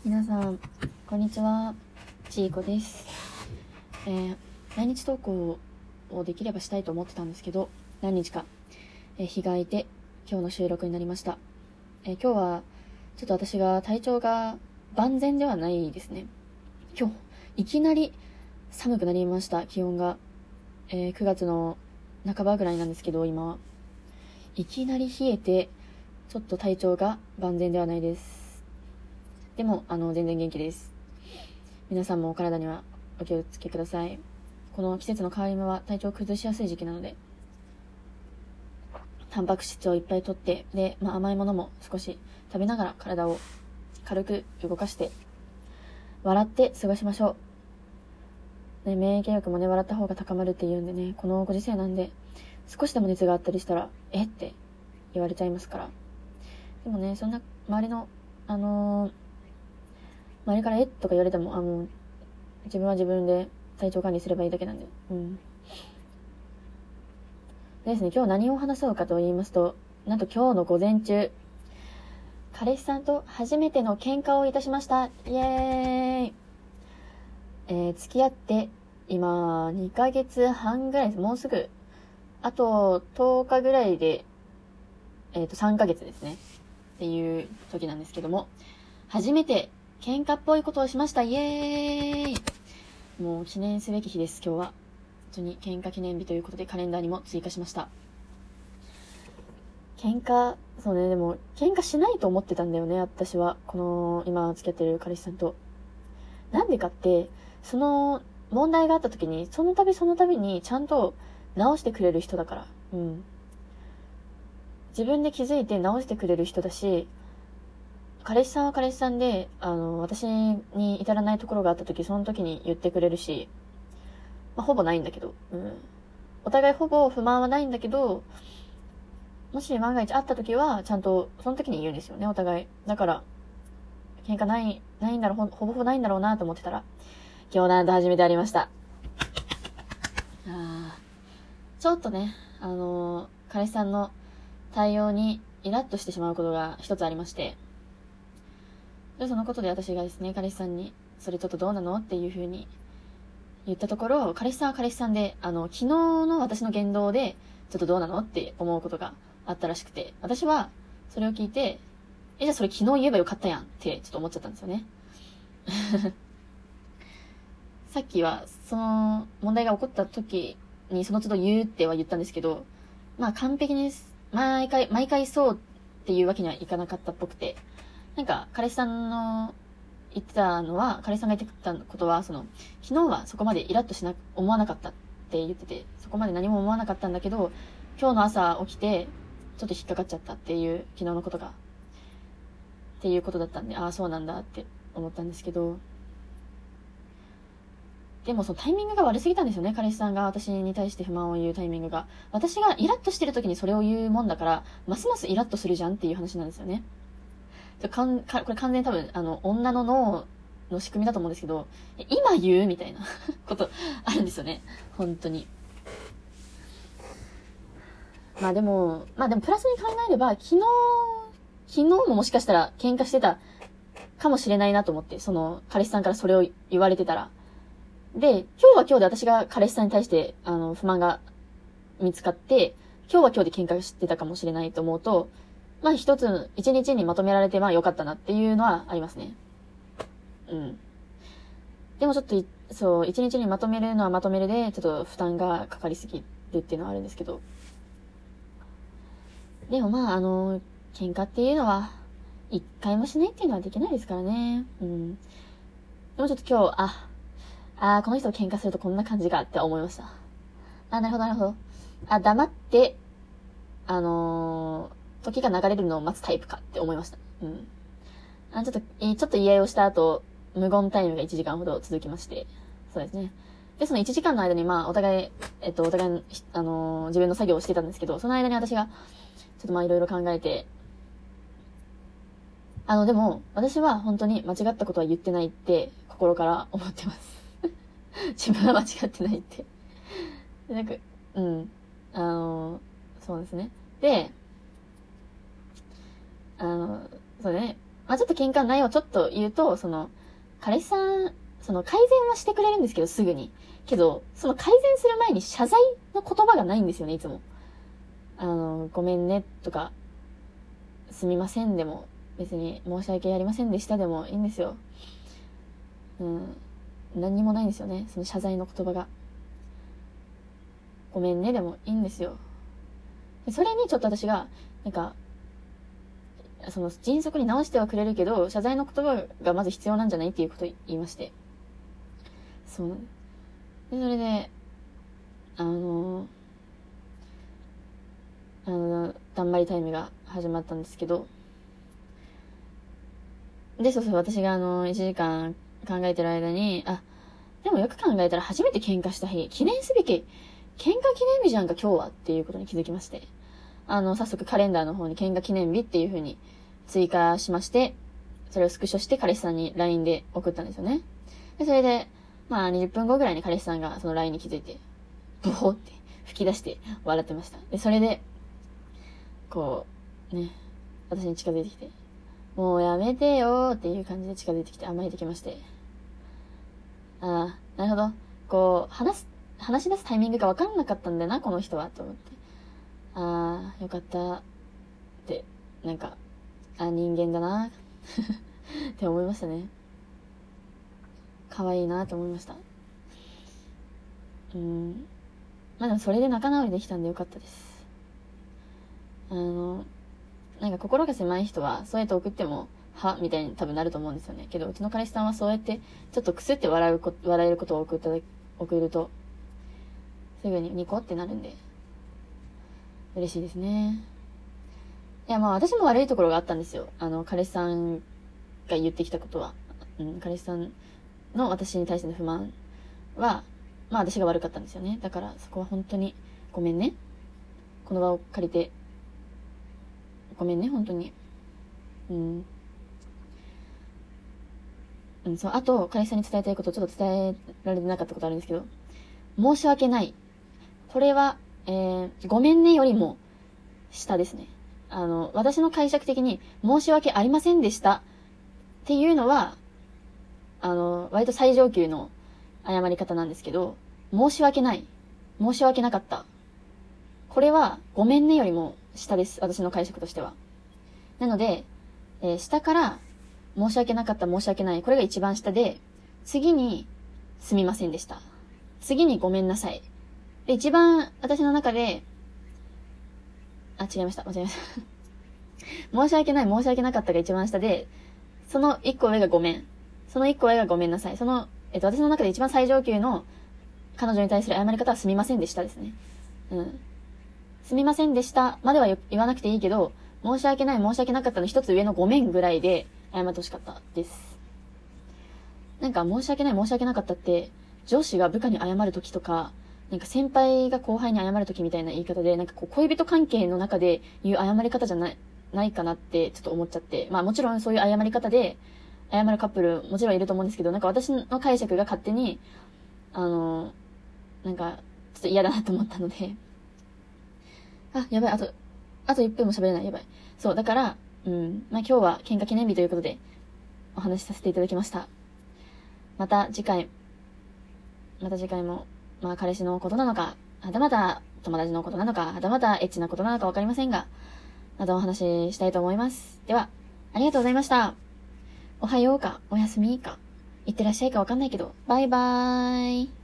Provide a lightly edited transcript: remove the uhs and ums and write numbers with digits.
皆さんこんにちは、ちいこです。毎日投稿をできればしたいと思ってたんですけど、何日か、日が空いて今日の収録になりました。今日はちょっと私が体調が万全ではないですね。今日いきなり寒くなりました。気温が、9月の半ばぐらいなんですけど、今はいきなり冷えてちょっと体調が万全ではないです。でも全然元気です。皆さんもお体にはお気をつけください。この季節の変わり目は体調を崩しやすい時期なので、タンパク質をいっぱいとって、で、甘いものも少し食べながら体を軽く動かして笑って過ごしましょう。ね、免疫力もね、笑った方が高まるって言うんでね、このご時世なんで少しでも熱があったりしたらえって言われちゃいますから。でもね、そんな周りの周りからえっとか言われても自分は自分で体調管理すればいいだけなんで。ですね、今日何を話そうかと言いますと、なんと今日の午前中、彼氏さんと初めての喧嘩をいたしました。イエーイ。付き合って今2ヶ月半ぐらいです。もうすぐあと10日ぐらいで3ヶ月ですねっていう時なんですけども、初めて喧嘩っぽいことをしました。イエーイ。もう記念すべき日です。今日は本当に喧嘩記念日ということでカレンダーにも追加しました。喧嘩、そうね、でも喧嘩しないと思ってたんだよね、私は。この今付き合ってる彼氏さんと。なんでかって、その問題があった時にその度にちゃんと直してくれる人だから。自分で気づいて直してくれる人だし、彼氏さんは彼氏さんで、私に至らないところがあった時、その時に言ってくれるし、ほぼないんだけど、お互いほぼ不満はないんだけど、もし万が一あった時は、ちゃんと、その時に言うんですよね、お互い。だから、喧嘩ないんだろう、ほぼほぼないんだろうなと思ってたら、今日なんと初めてありました。ちょっとね、彼氏さんの対応にイラッとしてしまうことが一つありまして、でそのことで私がですね、彼氏さんにそれちょっとどうなのっていう風に言ったところ、彼氏さんは彼氏さんで昨日の私の言動でちょっとどうなのって思うことがあったらしくて、私はそれを聞いて、じゃあそれ昨日言えばよかったやんってちょっと思っちゃったんですよね。さっきはその問題が起こった時にその都度言うっては言ったんですけど、完璧に毎回そうっていうわけにはいかなかったっぽくて、なんか彼氏さんの言ってたのは、彼氏さんが言ってたことは、昨日はそこまでイラッと思わなかったって言ってて、そこまで何も思わなかったんだけど、今日の朝起きてちょっと引っかかっちゃったっていう、昨日のことがっていうことだったんで、そうなんだって思ったんですけど、でもそのタイミングが悪すぎたんですよね。彼氏さんが私に対して不満を言うタイミングが、私がイラッとしてる時にそれを言うもんだから、ますますイラッとするじゃんっていう話なんですよね。これ完全に多分女の脳の仕組みだと思うんですけど、今言うみたいなことあるんですよね、本当に。でもプラスに考えれば、昨日ももしかしたら喧嘩してたかもしれないなと思って、その彼氏さんからそれを言われてたら。で、今日は今日で私が彼氏さんに対して不満が見つかって、今日は今日で喧嘩してたかもしれないと思うと、一日にまとめられて良かったなっていうのはありますね。でもちょっと、一日にまとめるのはまとめるで、ちょっと負担がかかりすぎるっていうのはあるんですけど。でも喧嘩っていうのは、一回もしないっていうのはできないですからね。でもちょっと今日、この人と喧嘩するとこんな感じかって思いました。なるほど。黙って、時が流れるのを待つタイプかって思いました。ちょっと言い合いをした後、無言タイムが1時間ほど続きまして、そうですね。で、その1時間の間にお互い、自分の作業をしてたんですけど、その間に私が、ちょっといろいろ考えて、でも、私は本当に間違ったことは言ってないって、心から思ってます。自分は間違ってないって。でそうですね。で、そうね。 まあちょっと喧嘩の内容をちょっと言うと、彼氏さん、改善はしてくれるんですけど、すぐに。けど、改善する前に謝罪の言葉がないんですよね、いつも。ごめんね、とか、すみませんでも、別に申し訳ありませんでしたでもいいんですよ。何にもないんですよね、その謝罪の言葉が。ごめんねでもいいんですよ。それにちょっと私が、迅速に直してはくれるけど、謝罪の言葉がまず必要なんじゃないっていうことを言いまして。そう。で、それで、だんまりタイムが始まったんですけど、で、私が1時間考えてる間に、でもよく考えたら初めて喧嘩した日、記念すべき、喧嘩記念日じゃんか今日はっていうことに気づきまして。早速カレンダーの方に喧嘩記念日っていう風に追加しまして、それをスクショして彼氏さんに LINE で送ったんですよね。で、それで、20分後ぐらいに彼氏さんがその LINE に気づいて、ブホーって吹き出して笑ってました。で、それで、私に近づいてきて、もうやめてよーっていう感じで近づいてきて甘えてきまして。なるほど。話し出すタイミングが分かんなかったんだよな、この人は、と思って。よかった。って、人間だなって思いましたね。可愛いなと思いました。でもそれで仲直りできたんでよかったです。心が狭い人は、そうやって送っても、みたいに多分なると思うんですよね。けど、うちの彼氏さんはそうやって、ちょっとくすって笑えることを送ると、すぐにニコってなるんで、嬉しいですね。いや、私も悪いところがあったんですよ。彼氏さんが言ってきたことは。彼氏さんの私に対しての不満は、私が悪かったんですよね。だからそこは本当にごめんね。この場を借りて、ごめんね、本当に。そう、あと、彼氏さんに伝えたいことをちょっと伝えられてなかったことあるんですけど、申し訳ない。これは、ごめんねよりも下ですね。私の解釈的に申し訳ありませんでしたっていうのは、割と最上級の謝り方なんですけど、申し訳ない。申し訳なかった。これは、ごめんねよりも下です。私の解釈としては。なので、下から、申し訳なかった、申し訳ない。これが一番下で、次に、すみませんでした。次にごめんなさい。で、一番私の中で、違いました。間違えました。申し訳ない、申し訳なかったが一番下で、その一個上がごめん。その一個上がごめんなさい。私の中で一番最上級の彼女に対する謝り方はすみませんでしたですね。すみませんでしたまでは言わなくていいけど、申し訳ない、申し訳なかったの一つ上のごめんぐらいで謝ってほしかったです。申し訳ない、申し訳なかったって、上司が部下に謝るときとか、先輩が後輩に謝るときみたいな言い方で、恋人関係の中で言う謝り方じゃないかなってちょっと思っちゃって、もちろんそういう謝り方で、謝るカップルもちろんいると思うんですけど、私の解釈が勝手に、ちょっと嫌だなと思ったので、やばい、あと1分も喋れない、やばい。そう、だから、今日は喧嘩記念日ということで、お話しさせていただきました。また次回も、彼氏のことなのか、はたまた友達のことなのか、はたまたエッチなことなのかわかりませんが、またお話ししたいと思います。では、ありがとうございました。おはようか、おやすみか、いってらっしゃいかわかんないけど、バイバーイ。